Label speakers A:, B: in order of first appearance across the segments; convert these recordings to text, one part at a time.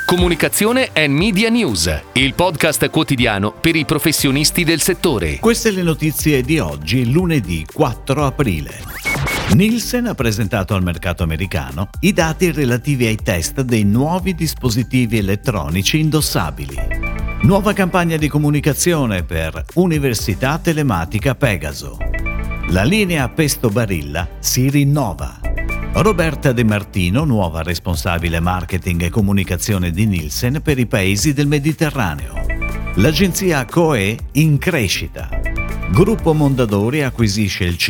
A: Comunicazione e Media News, il podcast quotidiano per i professionisti del settore.
B: Queste le notizie di oggi, lunedì 4 aprile. Nielsen ha presentato al mercato americano i dati relativi ai test dei nuovi dispositivi elettronici indossabili. Nuova campagna di comunicazione per Università Telematica Pegaso. La linea Pesto Barilla si rinnova. Roberta De Martino, nuova responsabile marketing e comunicazione di Nielsen per i paesi del Mediterraneo. L'agenzia Coe in crescita. Gruppo Mondadori acquisisce il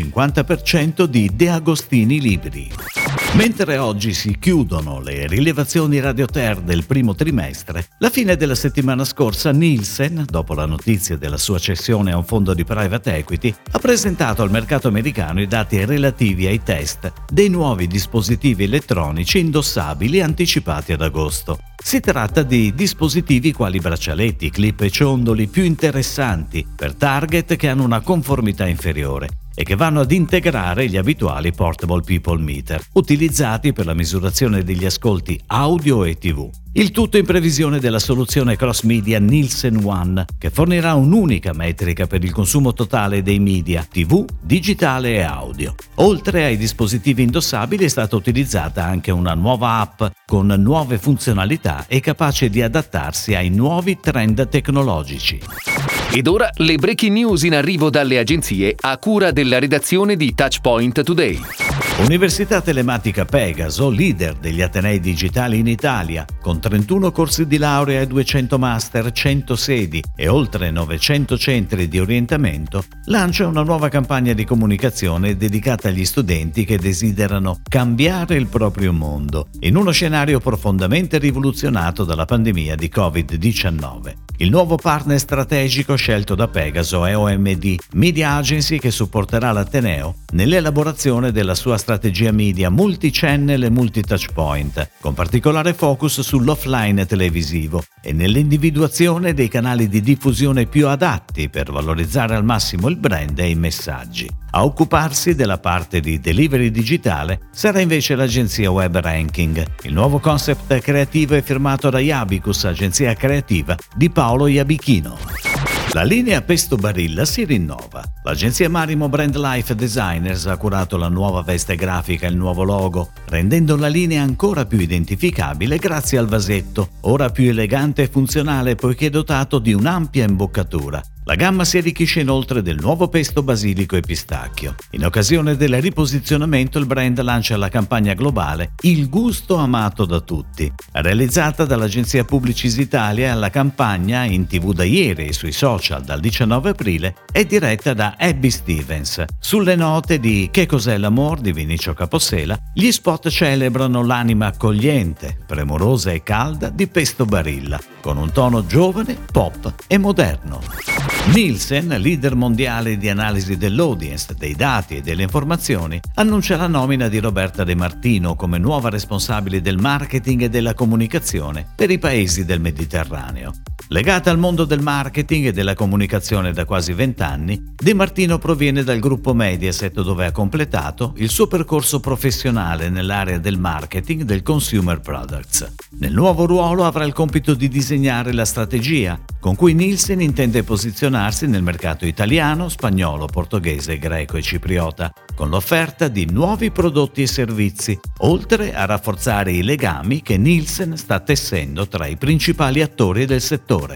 B: 50% di De Agostini Libri. Mentre oggi si chiudono le rilevazioni Radio-Ter del primo trimestre, la fine della settimana scorsa Nielsen, dopo la notizia della sua cessione a un fondo di private equity, ha presentato al mercato americano i dati relativi ai test dei nuovi dispositivi elettronici indossabili anticipati ad agosto. Si tratta di dispositivi quali braccialetti, clip e ciondoli più interessanti per target che hanno una conformità inferiore e che vanno ad integrare gli abituali Portable People Meter, utilizzati per la misurazione degli ascolti audio e TV. Il tutto in previsione della soluzione cross-media Nielsen One, che fornirà un'unica metrica per il consumo totale dei media, TV, digitale e audio. Oltre ai dispositivi indossabili è stata utilizzata anche una nuova app con nuove funzionalità e capace di adattarsi ai nuovi trend tecnologici.
A: Ed ora le breaking news in arrivo dalle agenzie a cura della redazione di Touchpoint Today.
B: Università Telematica Pegaso, leader degli atenei digitali in Italia, con 31 corsi di laurea e 200 master, 100 sedi e oltre 900 centri di orientamento, lancia una nuova campagna di comunicazione dedicata agli studenti che desiderano cambiare il proprio mondo in uno scenario profondamente rivoluzionato dalla pandemia di Covid-19. Il nuovo partner strategico scelto da Pegaso è OMD, media agency che supporterà l'Ateneo nell'elaborazione della sua strategia media multi-channel e multi-touchpoint, con particolare focus sull'offline televisivo e nell'individuazione dei canali di diffusione più adatti per valorizzare al massimo il brand e i messaggi. A occuparsi della parte di delivery digitale sarà invece l'agenzia Web Ranking. Il nuovo concept creativo è firmato da Iabicus, agenzia creativa di Paolo Iabichino. La linea Pesto Barilla si rinnova. L'agenzia Marimo Brand Life Designers ha curato la nuova veste grafica e il nuovo logo, rendendo la linea ancora più identificabile grazie al vasetto, ora più elegante e funzionale poiché dotato di un'ampia imboccatura. La gamma si arricchisce inoltre del nuovo pesto basilico e pistacchio. In occasione del riposizionamento il brand lancia la campagna globale Il gusto amato da tutti. Realizzata dall'agenzia Publicis Italia, la campagna, in TV da ieri e sui social dal 19 aprile, è diretta da Abby Stevens. Sulle note di Che cos'è l'amor di Vinicio Capossela, gli spot celebrano l'anima accogliente, premurosa e calda di Pesto Barilla, con un tono giovane, pop e moderno. Nielsen, leader mondiale di analisi dell'audience, dei dati e delle informazioni, annuncia la nomina di Roberta De Martino come nuova responsabile del marketing e della comunicazione per i paesi del Mediterraneo. Legata al mondo del marketing e della comunicazione da quasi 20 anni, De Martino proviene dal gruppo Mediaset dove ha completato il suo percorso professionale nell'area del marketing del consumer products. Nel nuovo ruolo avrà il compito di disegnare la strategia con cui Nielsen intende posizionarsi nel mercato italiano, spagnolo, portoghese, greco e cipriota, con l'offerta di nuovi prodotti e servizi, oltre a rafforzare i legami che Nielsen sta tessendo tra i principali attori del settore.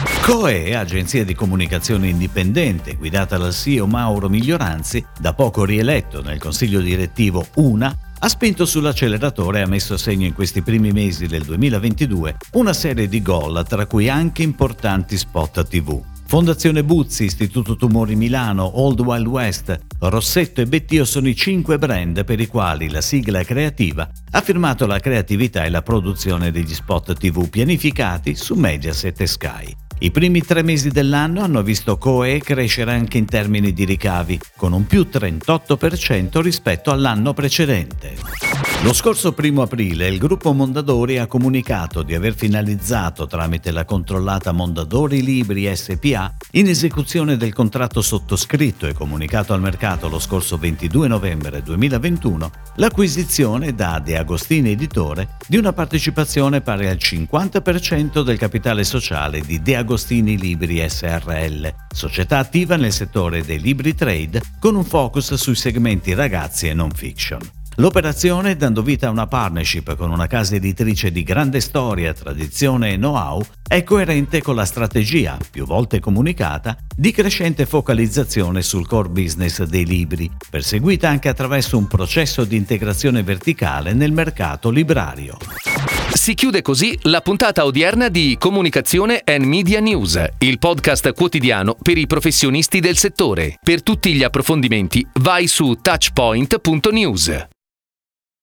B: Coe, agenzia di comunicazione indipendente guidata dal CEO Mauro Miglioranzi, da poco rieletto nel consiglio direttivo UNA, ha spinto sull'acceleratore e ha messo a segno in questi primi mesi del 2022 una serie di gol, tra cui anche importanti spot TV. Fondazione Buzzi, Istituto Tumori Milano, Old Wild West, Rossetto e Bettio sono i 5 brand per i quali la sigla creativa ha firmato la creatività e la produzione degli spot TV pianificati su Mediaset e Sky. I primi 3 mesi dell'anno hanno visto Coe crescere anche in termini di ricavi, con un più 38% rispetto all'anno precedente. Lo scorso 1 aprile il gruppo Mondadori ha comunicato di aver finalizzato tramite la controllata Mondadori Libri SpA, in esecuzione del contratto sottoscritto e comunicato al mercato lo scorso 22 novembre 2021, l'acquisizione da De Agostini Editore di una partecipazione pari al 50% del capitale sociale di De Agostini Libri SRL, società attiva nel settore dei libri trade con un focus sui segmenti ragazzi e non fiction. L'operazione, dando vita a una partnership con una casa editrice di grande storia, tradizione e know-how, è coerente con la strategia, più volte comunicata, di crescente focalizzazione sul core business dei libri, perseguita anche attraverso un processo di integrazione verticale nel mercato librario.
A: Si chiude così la puntata odierna di Comunicazione and Media News, il podcast quotidiano per i professionisti del settore. Per tutti gli approfondimenti vai su touchpoint.news.